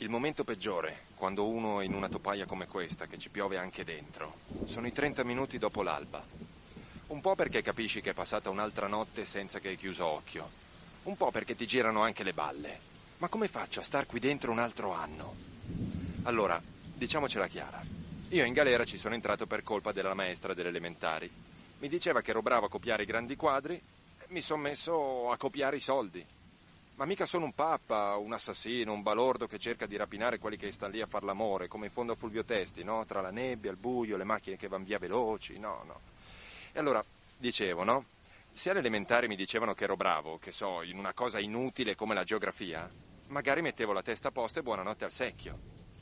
Il momento peggiore, quando uno è in una topaia come questa, che ci piove anche dentro, sono i 30 minuti dopo l'alba. Un po' perché capisci che è passata un'altra notte senza che hai chiuso occhio. Un po' perché ti girano anche le balle. Ma come faccio a star qui dentro un altro anno? Allora, diciamocela chiara. Io in galera ci sono entrato per colpa della maestra delle elementari. Mi diceva che ero bravo a copiare i grandi quadri e mi sono messo a copiare i soldi. Ma mica sono un pappa, un assassino, un balordo che cerca di rapinare quelli che stanno lì a far l'amore, come in fondo a Fulvio Testi, no? Tra la nebbia, il buio, le macchine che van via veloci, no. E allora, dicevo, no? Se alle elementari mi dicevano che ero bravo, che so, in una cosa inutile come la geografia, magari mettevo la testa a posto e buonanotte al secchio.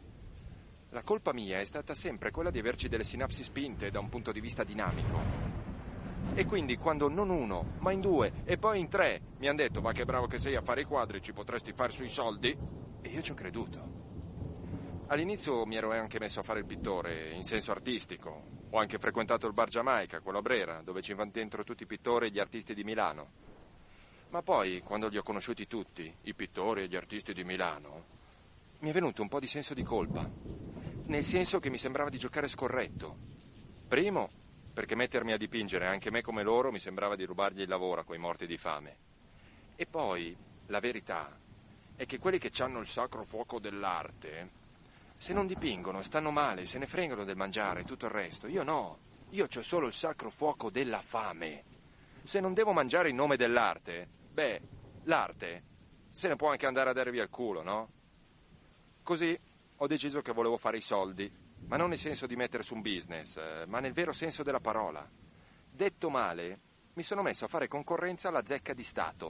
La colpa mia è stata sempre quella di averci delle sinapsi spinte da un punto di vista dinamico. E quindi quando non uno, ma in due e poi in tre mi hanno detto: va che bravo che sei a fare i quadri, ci potresti far sui soldi, e io ci ho creduto. All'inizio mi ero anche messo a fare il pittore in senso artistico. Ho anche frequentato il bar Giamaica, quello a Brera, dove ci vanno dentro tutti i pittori e gli artisti di Milano. Ma poi, quando li ho conosciuti tutti, i pittori e gli artisti di Milano, mi è venuto un po' di senso di colpa, nel senso che mi sembrava di giocare scorretto. Primo, perché mettermi a dipingere anche me come loro mi sembrava di rubargli il lavoro a quei morti di fame. E poi, la verità è che quelli che hanno il sacro fuoco dell'arte, se non dipingono, stanno male, se ne fregano del mangiare e tutto il resto. Io no, io c'ho solo il sacro fuoco della fame. Se non devo mangiare in nome dell'arte, beh, l'arte se ne può anche andare a dare via il culo, no? Così ho deciso che volevo fare i soldi. Ma non nel senso di mettere su un business, ma nel vero senso della parola. Detto male, mi sono messo a fare concorrenza alla zecca di Stato.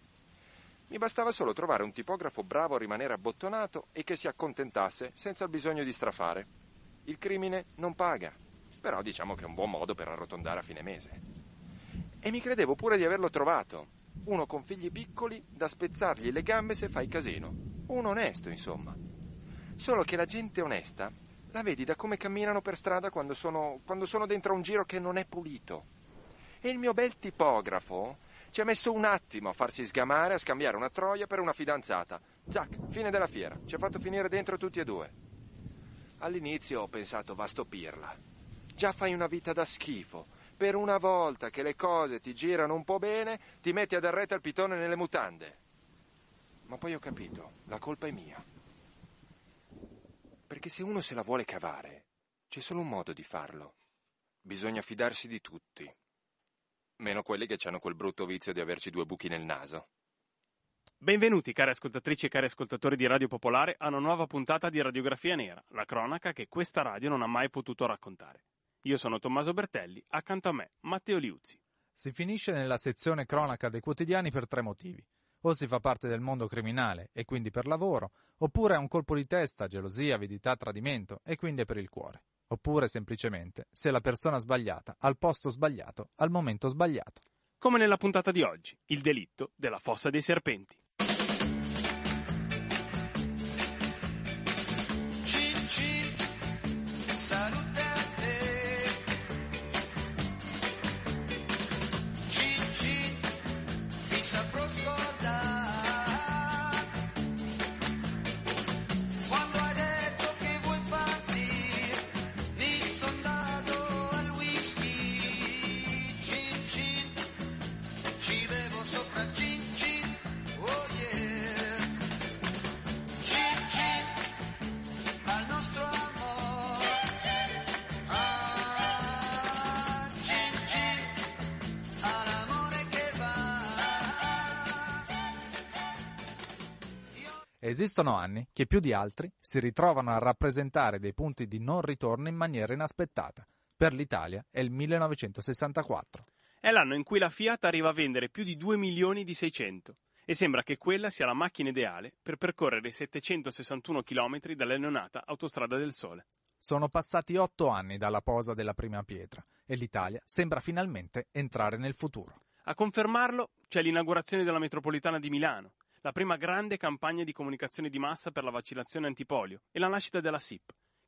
Mi bastava solo trovare un tipografo bravo a rimanere abbottonato e che si accontentasse senza il bisogno di strafare. Il crimine non paga, però diciamo che è un buon modo per arrotondare a fine mese. E mi credevo pure di averlo trovato. Uno con figli piccoli da spezzargli le gambe se fai casino. Un onesto, insomma. Solo che la gente onesta la vedi da come camminano per strada quando sono dentro un giro che non è pulito. E il mio bel tipografo ci ha messo un attimo a farsi sgamare, a scambiare una troia per una fidanzata. Zac, fine della fiera. Ci ha fatto finire dentro tutti e due. All'inizio ho pensato: va, stopirla. Già fai una vita da schifo. Per una volta che le cose ti girano un po' bene, ti metti ad arrete al pitone nelle mutande. Ma poi ho capito, la colpa è mia. Perché se uno se la vuole cavare, c'è solo un modo di farlo. Bisogna fidarsi di tutti. Meno quelli che hanno quel brutto vizio di averci due buchi nel naso. Benvenuti, cari ascoltatrici e cari ascoltatori di Radio Popolare, a una nuova puntata di Radiografia Nera, la cronaca che questa radio non ha mai potuto raccontare. Io sono Tommaso Bertelli, accanto a me Matteo Liuzzi. Si finisce nella sezione cronaca dei quotidiani per tre motivi. O si fa parte del mondo criminale e quindi per lavoro, oppure è un colpo di testa, gelosia, avidità, tradimento e quindi è per il cuore. Oppure semplicemente se la persona sbagliata al posto sbagliato al momento sbagliato. Come nella puntata di oggi, il delitto della Fossa dei Serpenti. Esistono anni che più di altri si ritrovano a rappresentare dei punti di non ritorno in maniera inaspettata. Per l'Italia è il 1964. È l'anno in cui la Fiat arriva a vendere più di 2 milioni di 600 e sembra che quella sia la macchina ideale per percorrere i 761 chilometri dalla neonata Autostrada del Sole. Sono passati 8 anni dalla posa della prima pietra e l'Italia sembra finalmente entrare nel futuro. A confermarlo c'è l'inaugurazione della metropolitana di Milano, la prima grande campagna di comunicazione di massa per la vaccinazione antipolio e la nascita della SIP,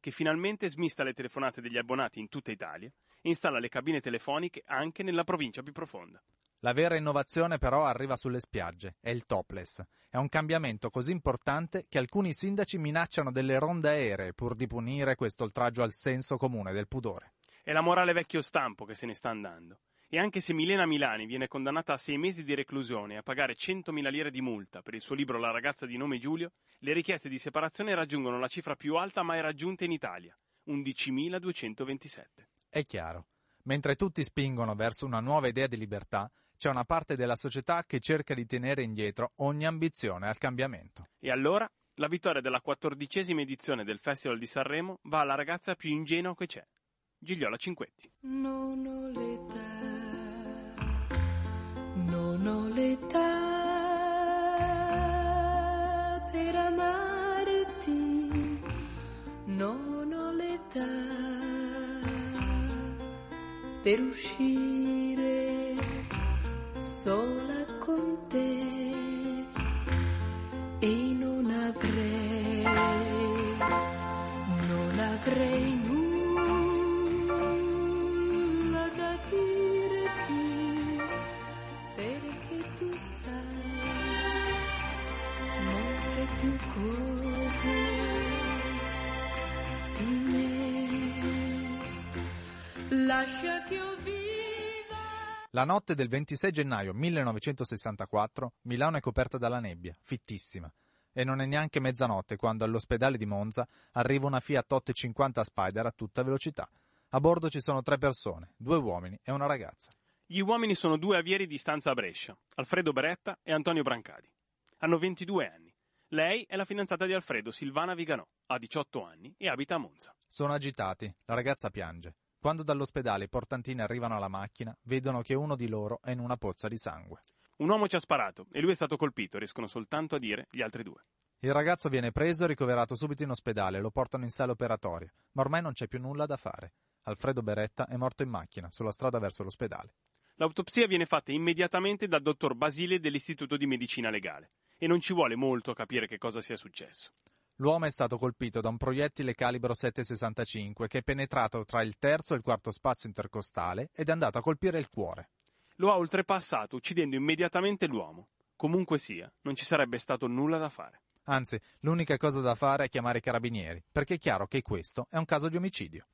che finalmente smista le telefonate degli abbonati in tutta Italia e installa le cabine telefoniche anche nella provincia più profonda. La vera innovazione però arriva sulle spiagge, è il topless. È un cambiamento così importante che alcuni sindaci minacciano delle ronde aeree pur di punire questo oltraggio al senso comune del pudore. È la morale vecchio stampo che se ne sta andando. E anche se Milena Milani viene condannata a 6 mesi di reclusione e a pagare 100.000 lire di multa per il suo libro La ragazza di nome Giulio, le richieste di separazione raggiungono la cifra più alta mai raggiunta in Italia, 11.227. È chiaro. Mentre tutti spingono verso una nuova idea di libertà, c'è una parte della società che cerca di tenere indietro ogni ambizione al cambiamento. E allora, la vittoria della 14ª edizione del Festival di Sanremo va alla ragazza più ingenua che c'è, Gigliola Cinquetti. Non ho l'età per amarti, non ho l'età per uscire sola con te e non avrei nulla da dirti, perché tu sai molte più cose di me. Lascia che io viva. La notte del 26 gennaio 1964 Milano è coperta dalla nebbia, fittissima, e non è neanche mezzanotte quando all'ospedale di Monza arriva una Fiat 850 Spider a tutta velocità. A bordo ci sono 3 persone, 2 uomini e una ragazza. Gli uomini sono 2 avieri di stanza a Brescia, Alfredo Beretta e Antonio Brancati. Hanno 22 anni. Lei è la fidanzata di Alfredo, Silvana Viganò, ha 18 anni e abita a Monza. Sono agitati, la ragazza piange. Quando dall'ospedale i portantini arrivano alla macchina, vedono che uno di loro è in una pozza di sangue. Un uomo ci ha sparato e lui è stato colpito, riescono soltanto a dire gli altri 2. Il ragazzo viene preso e ricoverato subito in ospedale, lo portano in sala operatoria, ma ormai non c'è più nulla da fare. Alfredo Beretta è morto in macchina, sulla strada verso l'ospedale. L'autopsia viene fatta immediatamente dal dottor Basile dell'Istituto di Medicina Legale e non ci vuole molto a capire che cosa sia successo. L'uomo è stato colpito da un proiettile calibro 7,65 che è penetrato tra il terzo e il quarto spazio intercostale ed è andato a colpire il cuore. Lo ha oltrepassato uccidendo immediatamente l'uomo. Comunque sia, non ci sarebbe stato nulla da fare. Anzi, l'unica cosa da fare è chiamare i carabinieri, perché è chiaro che questo è un caso di omicidio.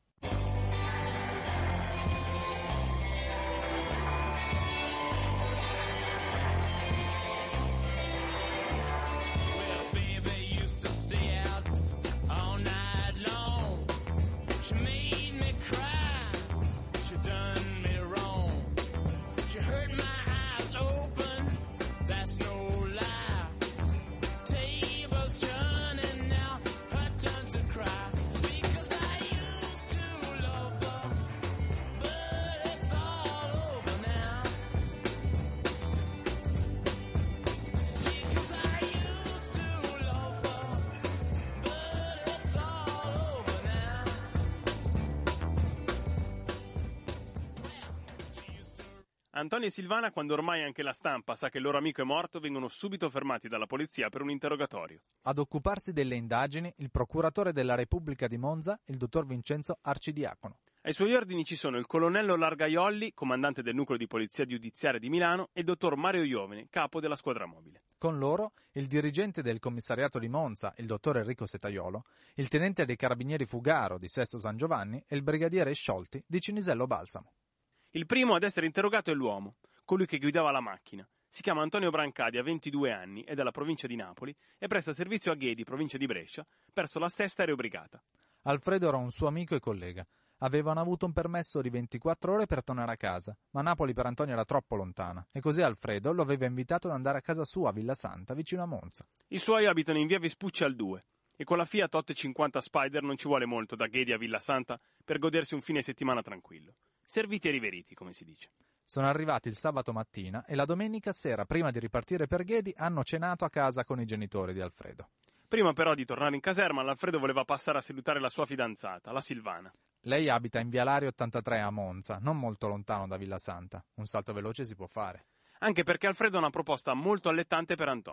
Antonio e Silvana, quando ormai anche la stampa sa che il loro amico è morto, vengono subito fermati dalla polizia per un interrogatorio. Ad occuparsi delle indagini il procuratore della Repubblica di Monza, il dottor Vincenzo Arcidiacono. Ai suoi ordini ci sono il colonnello Largaiolli, comandante del nucleo di polizia giudiziaria di Milano, e il dottor Mario Iovine, capo della squadra mobile. Con loro il dirigente del commissariato di Monza, il dottor Enrico Setaiolo, il tenente dei carabinieri Fugaro di Sesto San Giovanni e il brigadiere Sciolti di Cinisello Balsamo. Il primo ad essere interrogato è l'uomo, colui che guidava la macchina. Si chiama Antonio Brancati, ha 22 anni, è della provincia di Napoli e presta servizio a Ghedi, provincia di Brescia, presso la Sesta Aerobrigata. Alfredo era un suo amico e collega. Avevano avuto un permesso di 24 ore per tornare a casa, ma Napoli per Antonio era troppo lontana e così Alfredo lo aveva invitato ad andare a casa sua a Villa Santa, vicino a Monza. I suoi abitano in via Vespucci al 2 e con la Fiat 850 Spider non ci vuole molto da Ghedi a Villa Santa per godersi un fine settimana tranquillo. Serviti e riveriti, come si dice. Sono arrivati il sabato mattina e la domenica sera, prima di ripartire per Ghedi, hanno cenato a casa con i genitori di Alfredo. Prima però di tornare in caserma, l'Alfredo voleva passare a salutare la sua fidanzata, la Silvana. Lei abita in Vialari 83 a Monza, non molto lontano da Villa Santa. Un salto veloce si può fare. Anche perché Alfredo ha una proposta molto allettante per Antonio.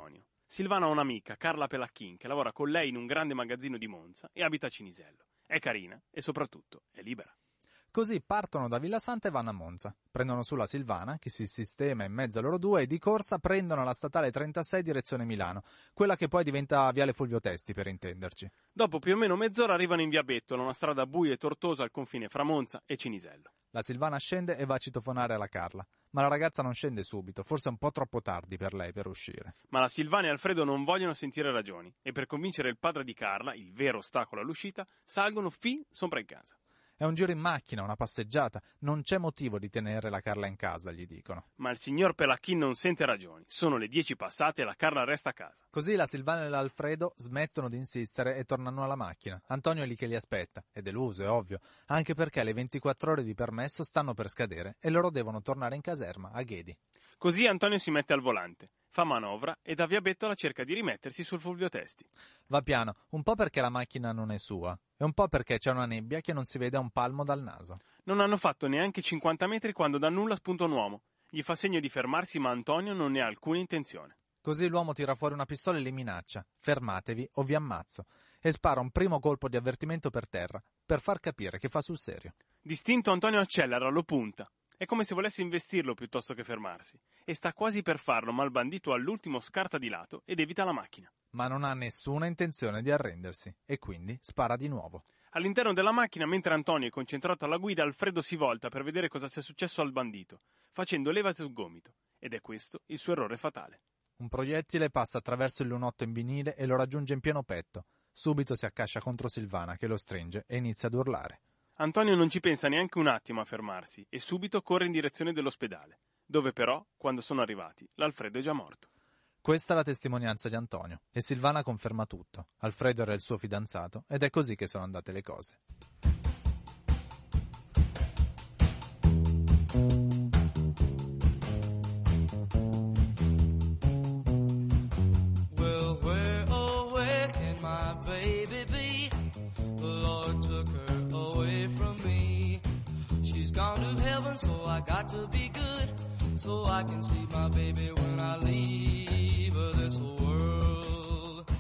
Silvana ha un'amica, Carla Pelacchin, che lavora con lei in un grande magazzino di Monza e abita a Cinisello. È carina e soprattutto è libera. Così partono da Villasanta e vanno a Monza. Prendono su la Silvana, che si sistema in mezzo a loro due, e di corsa prendono la statale 36 direzione Milano, quella che poi diventa Viale Fulvio Testi, per intenderci. Dopo più o meno mezz'ora arrivano in via Bettola, una strada buia e tortuosa al confine fra Monza e Cinisello. La Silvana scende e va a citofonare alla Carla, ma la ragazza non scende subito, forse è un po' troppo tardi per lei per uscire. Ma la Silvana e Alfredo non vogliono sentire ragioni e per convincere il padre di Carla, il vero ostacolo all'uscita, salgono fin sopra in casa. È un giro in macchina, una passeggiata, non c'è motivo di tenere la Carla in casa, gli dicono. Ma il signor Pelacchin non sente ragioni, sono le 10 passate e la Carla resta a casa. Così la Silvana e l'Alfredo smettono di insistere e tornano alla macchina. Antonio è lì che li aspetta, è deluso, è ovvio, anche perché le 24 ore di permesso stanno per scadere e loro devono tornare in caserma, a Ghedi. Così Antonio si mette al volante, fa manovra e da via Bettola cerca di rimettersi sul Fulvio Testi. Va piano, un po' perché la macchina non è sua e un po' perché c'è una nebbia che non si vede a un palmo dal naso. Non hanno fatto neanche 50 metri quando da nulla spunta un uomo. Gli fa segno di fermarsi, ma Antonio non ne ha alcuna intenzione. Così l'uomo tira fuori una pistola e li minaccia: fermatevi o vi ammazzo, e spara un primo colpo di avvertimento per terra, per far capire che fa sul serio. Distinto Antonio accelera, lo punta. È come se volesse investirlo piuttosto che fermarsi. E sta quasi per farlo, ma il bandito all'ultimo scarta di lato ed evita la macchina. Ma non ha nessuna intenzione di arrendersi, e quindi spara di nuovo. All'interno della macchina, mentre Antonio è concentrato alla guida, Alfredo si volta per vedere cosa sia successo al bandito, facendo leva sul gomito. Ed è questo il suo errore fatale. Un proiettile passa attraverso il lunotto in vinile e lo raggiunge in pieno petto. Subito si accascia contro Silvana, che lo stringe e inizia ad urlare. Antonio non ci pensa neanche un attimo a fermarsi e subito corre in direzione dell'ospedale, dove però, quando sono arrivati, l'Alfredo è già morto. Questa è la testimonianza di Antonio e Silvana conferma tutto. Alfredo era il suo fidanzato ed è così che sono andate le cose. Well, where, oh, where can my baby be? The Lord took her away from me. She's gone to heaven, so I got to be good, so I can see my baby when I leave this world.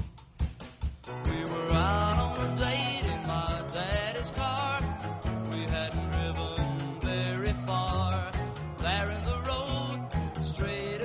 We were out on a date in my daddy's car. We hadn't driven very far. There in the road, straight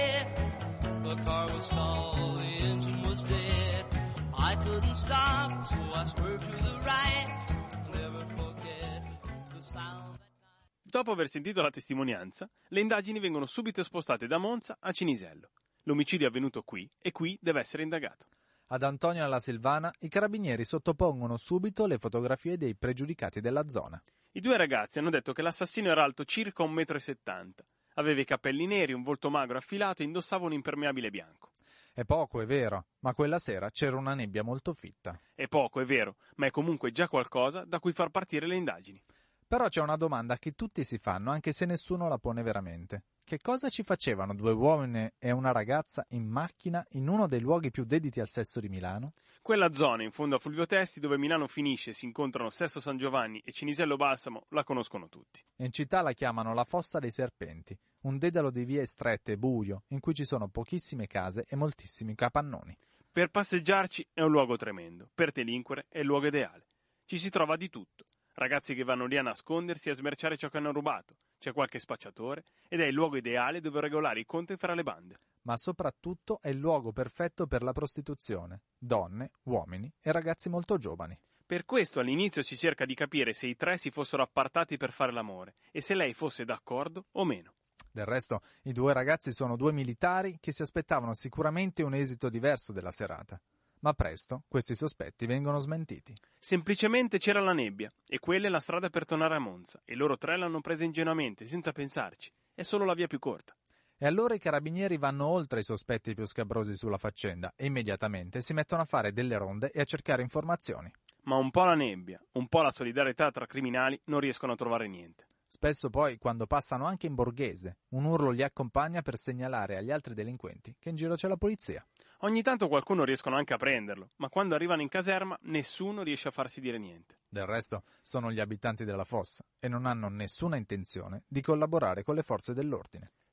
ahead, the car was stalled, the engine was dead. I couldn't stop, so I swerved to the right. Never forget the sound. Dopo aver sentito la testimonianza, le indagini vengono subito spostate da Monza a Cinisello. L'omicidio è avvenuto qui e qui deve essere indagato. Ad Antonio e alla Silvana i carabinieri sottopongono subito le fotografie dei pregiudicati della zona. I due ragazzi hanno detto che l'assassino era alto circa 1,70 m, aveva i capelli neri, un volto magro affilato e indossava un impermeabile bianco. È poco, è vero, ma quella sera c'era una nebbia molto fitta. È poco, è vero, ma è comunque già qualcosa da cui far partire le indagini. Però c'è una domanda che tutti si fanno, anche se nessuno la pone veramente. Che cosa ci facevano due uomini e una ragazza in macchina in uno dei luoghi più dediti al sesso di Milano? Quella zona in fondo a Fulvio Testi, dove Milano finisce e si incontrano Sesto San Giovanni e Cinisello Balsamo, la conoscono tutti. In città la chiamano la Fossa dei Serpenti, un dedalo di vie strette e buio, in cui ci sono pochissime case e moltissimi capannoni. Per passeggiarci è un luogo tremendo, per delinquere è il luogo ideale. Ci si trova di tutto. Ragazzi che vanno lì a nascondersi e a smerciare ciò che hanno rubato, c'è qualche spacciatore ed è il luogo ideale dove regolare i conti fra le bande. Ma soprattutto è il luogo perfetto per la prostituzione, donne, uomini e ragazzi molto giovani. Per questo all'inizio si cerca di capire se i tre si fossero appartati per fare l'amore e se lei fosse d'accordo o meno. Del resto, i due ragazzi sono due militari che si aspettavano sicuramente un esito diverso della serata. Ma presto questi sospetti vengono smentiti. Semplicemente c'era la nebbia e quella è la strada per tornare a Monza e loro tre l'hanno presa ingenuamente, senza pensarci. È solo la via più corta. E allora i carabinieri vanno oltre i sospetti più scabrosi sulla faccenda e immediatamente si mettono a fare delle ronde e a cercare informazioni. Ma un po' la nebbia, un po' la solidarietà tra criminali non riescono a trovare niente. Spesso poi, quando passano anche in borghese, un urlo li accompagna per segnalare agli altri delinquenti che in giro c'è la polizia. Ogni tanto qualcuno riescono anche a prenderlo, ma quando arrivano in caserma nessuno riesce a farsi dire niente. Del resto sono gli abitanti della fossa e non hanno nessuna intenzione di collaborare con le forze dell'ordine.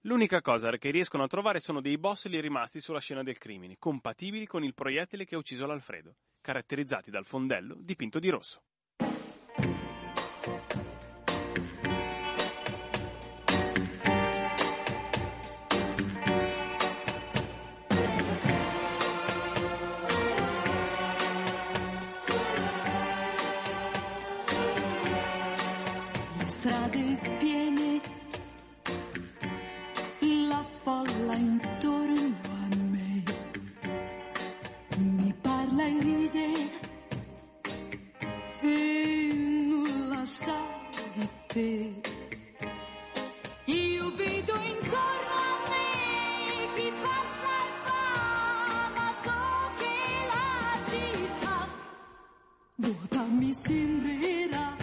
L'unica cosa che riescono a trovare sono dei bossoli rimasti sulla scena del crimine, compatibili con il proiettile che ha ucciso l'Alfredo, caratterizzati dal fondello dipinto di rosso. Le strade piene, la folla intorno a me, mi parla e ride e nulla sa di te. Io vedo intorno a me chi passa e va, ma so che la città vuota mi sembrerà.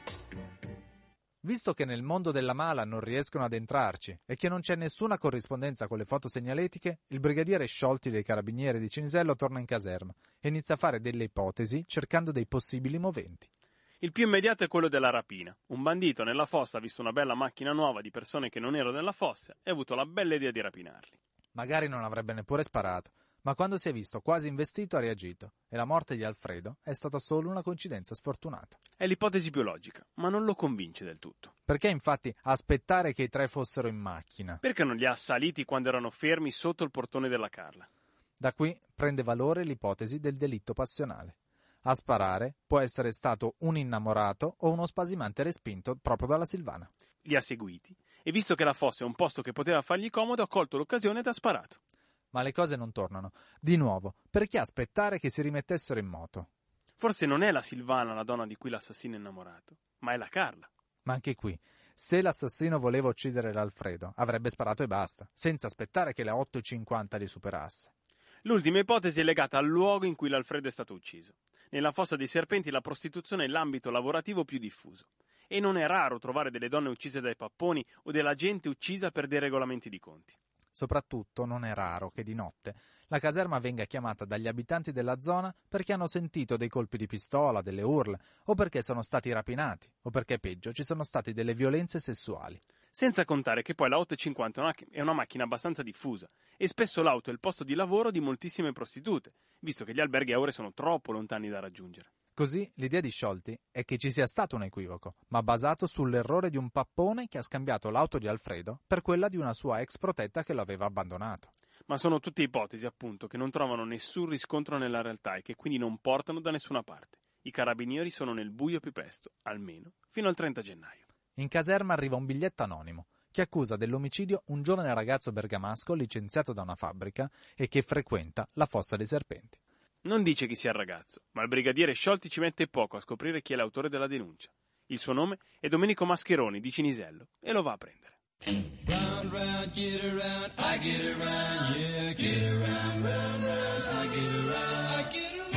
Visto che nel mondo della mala non riescono ad entrarci e che non c'è nessuna corrispondenza con le foto segnaletiche, il brigadiere Sciolti dei Carabinieri di Cinisello torna in caserma e inizia a fare delle ipotesi cercando dei possibili moventi. Il più immediato è quello della rapina. Un bandito nella fossa ha visto una bella macchina nuova di persone che non erano nella fossa e ha avuto la bella idea di rapinarli. Magari non avrebbe neppure sparato, ma quando si è visto quasi investito ha reagito e la morte di Alfredo è stata solo una coincidenza sfortunata. È l'ipotesi più logica, ma non lo convince del tutto. Perché infatti aspettare che i tre fossero in macchina? Perché non li ha assaliti quando erano fermi sotto il portone della Carla? Da qui prende valore l'ipotesi del delitto passionale. A sparare può essere stato un innamorato o uno spasimante respinto proprio dalla Silvana. Li ha seguiti e visto che la fossa è un posto che poteva fargli comodo ha colto l'occasione ed ha sparato. Ma le cose non tornano. Di nuovo, perché aspettare che si rimettessero in moto? Forse non è la Silvana la donna di cui l'assassino è innamorato, ma è la Carla. Ma anche qui, se l'assassino voleva uccidere l'Alfredo, avrebbe sparato e basta, senza aspettare che la 8.50 li superasse. L'ultima ipotesi è legata al luogo in cui l'Alfredo è stato ucciso. Nella fossa dei serpenti la prostituzione è l'ambito lavorativo più diffuso. E non è raro trovare delle donne uccise dai papponi o della gente uccisa per dei regolamenti di conti. Soprattutto non è raro che di notte la caserma venga chiamata dagli abitanti della zona perché hanno sentito dei colpi di pistola, delle urla, o perché sono stati rapinati, o perché peggio ci sono state delle violenze sessuali. Senza contare che poi la 850 è una macchina abbastanza diffusa e spesso l'auto è il posto di lavoro di moltissime prostitute, visto che gli alberghi a ore sono troppo lontani da raggiungere. Così l'idea di Sciolti è che ci sia stato un equivoco, ma basato sull'errore di un pappone che ha scambiato l'auto di Alfredo per quella di una sua ex protetta che lo aveva abbandonato. Ma sono tutte ipotesi, appunto, che non trovano nessun riscontro nella realtà e che quindi non portano da nessuna parte. I carabinieri sono nel buio più presto, almeno fino al 30 gennaio. In caserma arriva un biglietto anonimo che accusa dell'omicidio un giovane ragazzo bergamasco licenziato da una fabbrica e che frequenta la fossa dei serpenti. Non dice chi sia il ragazzo, ma il brigadiere Sciolti ci mette poco a scoprire chi è l'autore della denuncia. Il suo nome è Domenico Mascheroni di Cinisello e lo va a prendere. Round, round, get around, I get around, yeah, get around, round, round, I get around, I get around.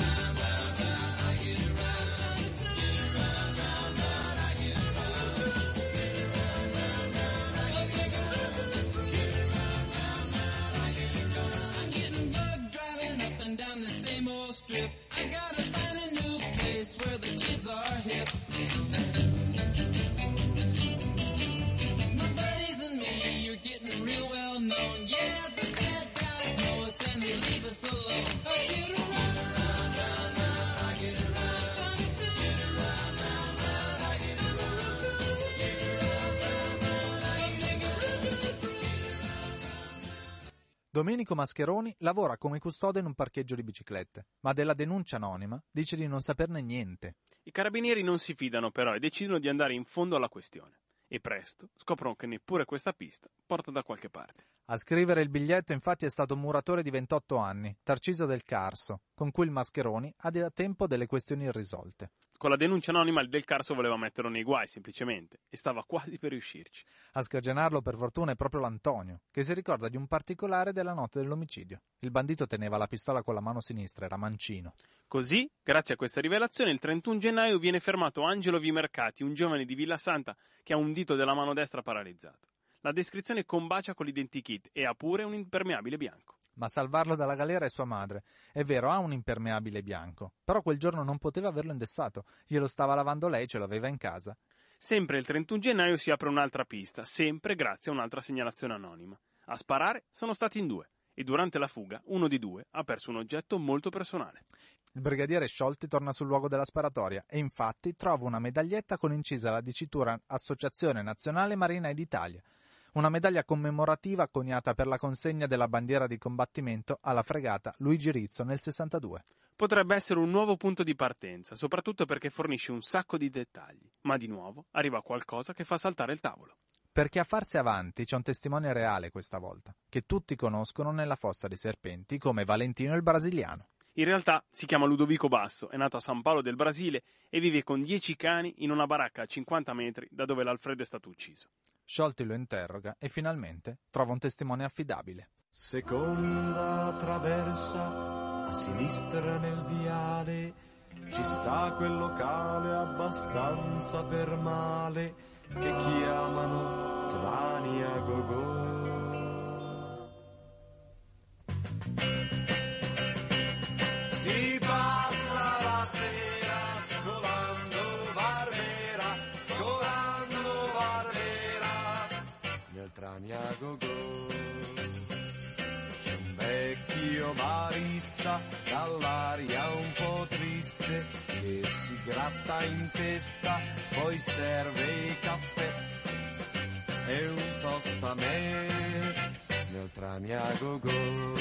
Strip. I gotta find a new place where the kids are hip. My buddies and me, you're getting real well known. Yeah, the bad guys know us and they leave us alone. I get around, round, round, round, I get around, get around, round, round, I get around, get around, round, round, I get around. Domenico Mascheroni lavora come custode in un parcheggio di biciclette, ma della denuncia anonima dice di non saperne niente. I carabinieri non si fidano però e decidono di andare in fondo alla questione. E presto scoprono che neppure questa pista porta da qualche parte. A scrivere il biglietto infatti è stato un muratore di 28 anni, Tarcisio del Carso, con cui il Mascheroni ha da tempo delle questioni irrisolte. Con la denuncia anonima il Del Carso voleva metterlo nei guai semplicemente e stava quasi per riuscirci. A scagionarlo per fortuna è proprio l'Antonio, che si ricorda di un particolare della notte dell'omicidio. Il bandito teneva la pistola con la mano sinistra, era mancino. Così, grazie a questa rivelazione, il 31 gennaio viene fermato Angelo Vimercati, un giovane di Villa Santa che ha un dito della mano destra paralizzato. La descrizione combacia con l'identikit e ha pure un impermeabile bianco. Ma a salvarlo dalla galera è sua madre. È vero, ha un impermeabile bianco, però quel giorno non poteva averlo indossato. Glielo stava lavando lei, ce l'aveva in casa. Sempre il 31 gennaio si apre un'altra pista, sempre grazie a un'altra segnalazione anonima. A sparare sono stati in 2 e durante la fuga uno di 2 ha perso un oggetto molto personale. Il brigadiere Sciolti torna sul luogo della sparatoria e infatti trova una medaglietta con incisa la dicitura Associazione Nazionale Marina d'Italia, una medaglia commemorativa coniata per la consegna della bandiera di combattimento alla fregata Luigi Rizzo nel 62. Potrebbe essere un nuovo punto di partenza, soprattutto perché fornisce un sacco di dettagli, ma di nuovo arriva qualcosa che fa saltare il tavolo. Perché a farsi avanti c'è un testimone reale questa volta, che tutti conoscono nella Fossa dei Serpenti come Valentino il Brasiliano. In realtà si chiama Ludovico Basso, è nato a San Paolo del Brasile e vive con 10 cani in una baracca a 50 metri da dove l'Alfredo è stato ucciso. Sciolti lo interroga e finalmente trova un testimone affidabile. Seconda traversa, a sinistra nel viale, ci sta quel locale abbastanza per male che chiamano Trania Gogò. Si passa la sera scolando Barbera, nel Trania Gogò. C'è un vecchio barista dall'aria un po' triste che si gratta in testa, poi serve il caffè e un toast a me nel Trania Gogò.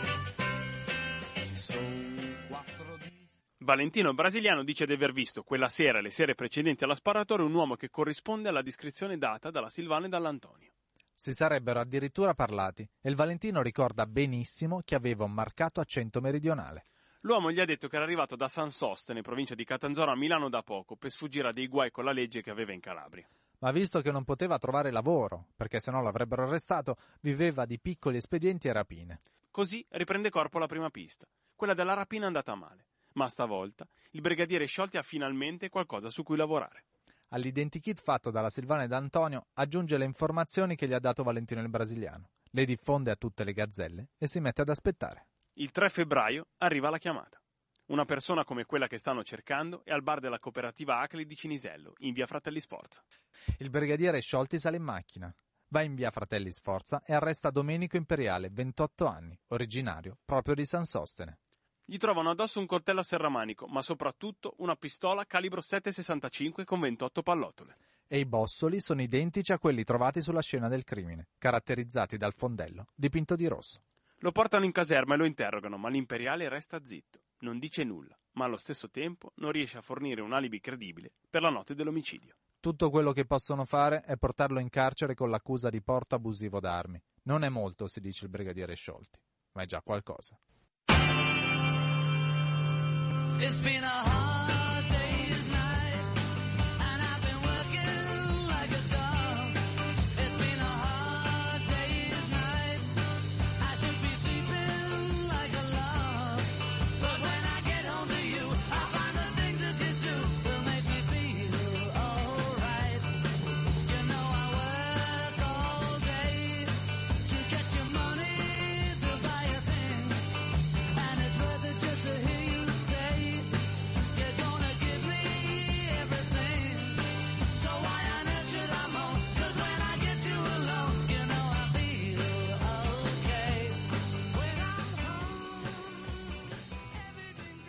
Ci sono 4 dischi. Valentino Brasiliano dice di aver visto quella sera e le sere precedenti alla sparatoria un uomo che corrisponde alla descrizione data dalla Silvana e dall'Antonio. Si sarebbero addirittura parlati e il Valentino ricorda benissimo che aveva un marcato accento meridionale. L'uomo gli ha detto che era arrivato da San Sostene, provincia di Catanzaro, a Milano da poco, per sfuggire a dei guai con la legge che aveva in Calabria. Ma visto che non poteva trovare lavoro, perché sennò l'avrebbero arrestato, viveva di piccoli espedienti e rapine. Così riprende corpo la prima pista. Quella della rapina è andata male, ma stavolta il brigadiere Sciolti ha finalmente qualcosa su cui lavorare. All'identikit fatto dalla Silvana ed Antonio aggiunge le informazioni che gli ha dato Valentino il Brasiliano, le diffonde a tutte le gazzelle e si mette ad aspettare. Il 3 febbraio arriva la chiamata. Una persona come quella che stanno cercando è al bar della cooperativa Acli di Cinisello, in via Fratelli Sforza. Il brigadiere Sciolti sale in macchina, va in via Fratelli Sforza e arresta Domenico Imperiale, 28 anni, originario proprio di San Sostene. Gli trovano addosso un coltello a serramanico, ma soprattutto una pistola calibro 7,65 con 28 pallottole. E i bossoli sono identici a quelli trovati sulla scena del crimine, caratterizzati dal fondello dipinto di rosso. Lo portano in caserma e lo interrogano, ma l'imperiale resta zitto, non dice nulla, ma allo stesso tempo non riesce a fornire un alibi credibile per la notte dell'omicidio. Tutto quello che possono fare è portarlo in carcere con l'accusa di porto abusivo d'armi. Non è molto, si dice il brigadiere Sciolti, ma è già qualcosa. It's been a hard day's night, and I've been working like a dog. It's been a hard day's night, I should be sleeping like a log. But when I get home to you, I find the things that you do will make me feel alright. You know I work all day to get your money to buy a thing, and it's worth it just to hear you say you're gonna give me everything. So why on earth should I moan? 'Cause when I get you alone, you know I feel okay. When I'm home, everything's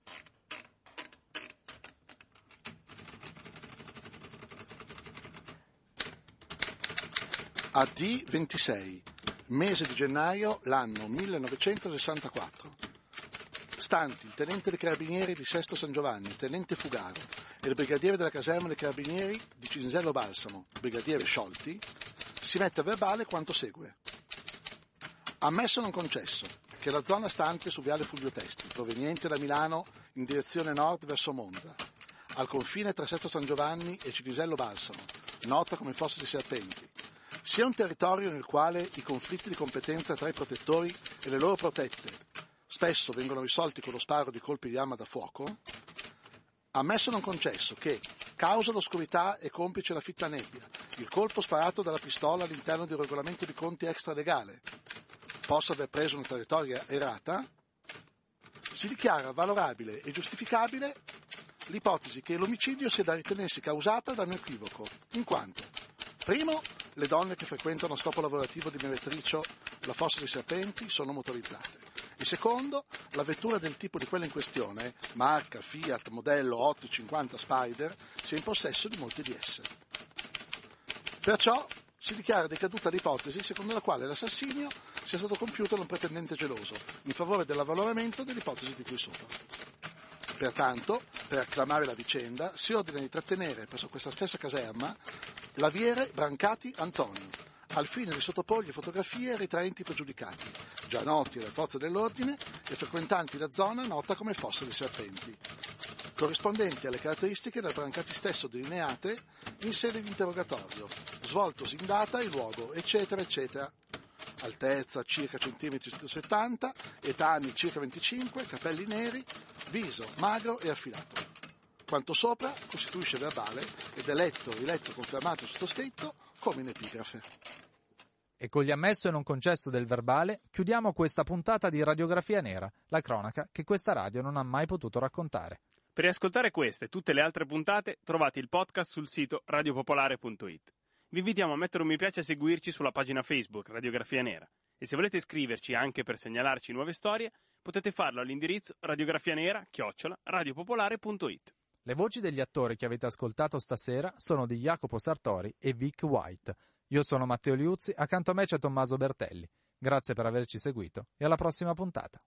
AD 26, mese di gennaio, l'anno 1964. Stanti il tenente dei carabinieri di Sesto San Giovanni, tenente Fugaro, e il brigadiere della caserma dei carabinieri di Cinisello Balsamo, brigadiere Sciolti, si mette a verbale quanto segue. Ammesso non concesso che la zona stante su viale Fulvio Testi, proveniente da Milano in direzione nord verso Monza, al confine tra Sesto San Giovanni e Cinisello Balsamo, nota come Fossa dei Serpenti, sia un territorio nel quale i conflitti di competenza tra i protettori e le loro protette spesso vengono risolti con lo sparo di colpi di arma da fuoco, ammesso non concesso che, causa l'oscurità e complice la fitta nebbia, il colpo sparato dalla pistola all'interno di un regolamento di conti extralegale possa aver preso una traiettoria errata, si dichiara valorabile e giustificabile l'ipotesi che l'omicidio sia da ritenersi causata da un equivoco, in quanto, primo, le donne che frequentano a scopo lavorativo di Meretricio la Fossa dei Serpenti sono motorizzate, e secondo, la vettura del tipo di quella in questione, marca, Fiat, modello 850 Spider, sia in possesso di molte di esse. Perciò si dichiara decaduta l'ipotesi secondo la quale l'assassinio sia stato compiuto da un pretendente geloso, in favore dell'avvallamento dell'ipotesi di cui sopra. Pertanto, per acclamare la vicenda, si ordina di trattenere presso questa stessa caserma l'aviere Brancati Antonio, al fine di sottoporgli fotografie ritraenti i pregiudicati, già noti alle forze dell'ordine e frequentanti la zona nota come Fossa dei Serpenti, corrispondenti alle caratteristiche da Brancati stesso delineate in sede di interrogatorio, svoltosi in data e luogo, eccetera, eccetera. Altezza circa centimetri 70, età anni circa 25, capelli neri, viso magro e affilato. Quanto sopra costituisce verbale ed è letto, riletto, confermato e sottoscritto come in epigrafe. E con gli ammesso e non concesso del verbale chiudiamo questa puntata di Radiografia Nera, la cronaca che questa radio non ha mai potuto raccontare. Per riascoltare queste e tutte le altre puntate trovate il podcast sul sito radiopopolare.it. Vi invitiamo a mettere un mi piace e a seguirci sulla pagina Facebook Radiografia Nera e se volete iscriverci anche per segnalarci nuove storie potete farlo all'indirizzo radiografianera@radiopopolare.it. Le voci degli attori che avete ascoltato stasera sono di Jacopo Sartori e Vic White. Io sono Matteo Liuzzi, accanto a me c'è Tommaso Bertelli. Grazie per averci seguito e alla prossima puntata.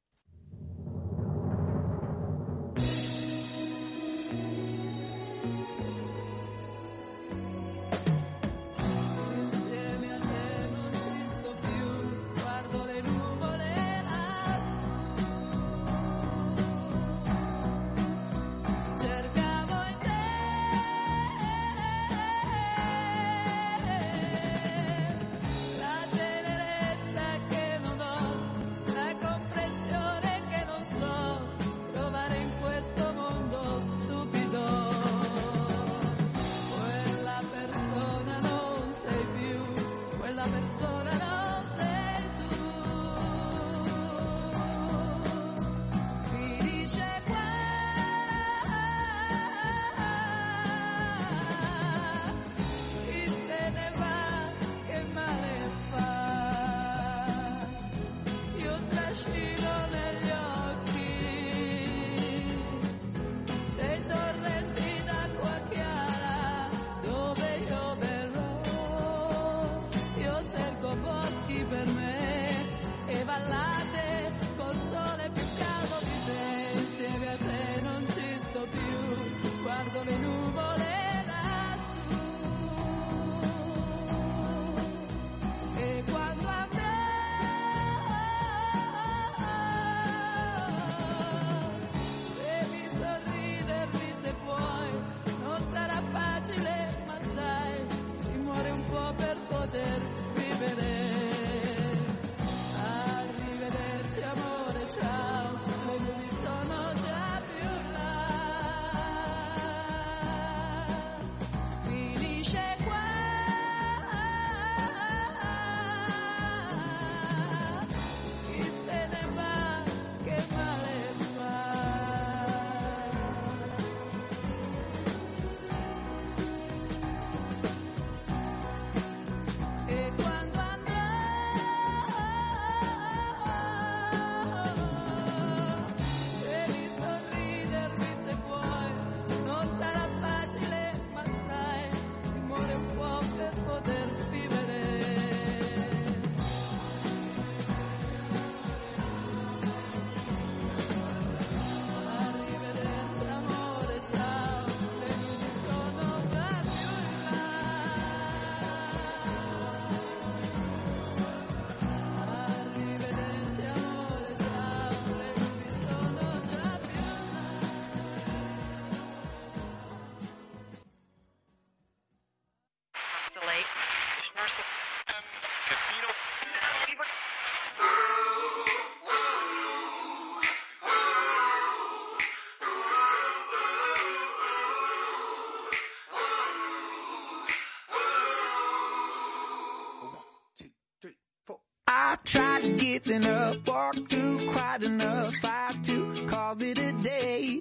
I tried getting up, walked through quite enough. I too called it a day.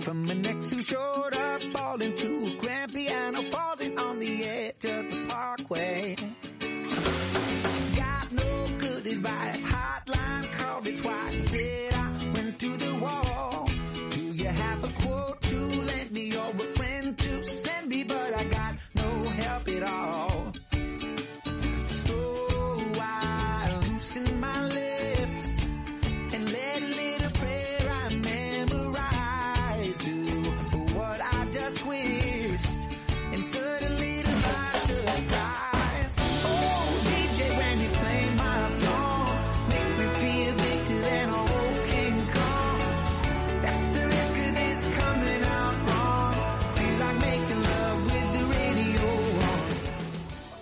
from an ex who showed up all into a grand piano, falling on the edge of the parkway.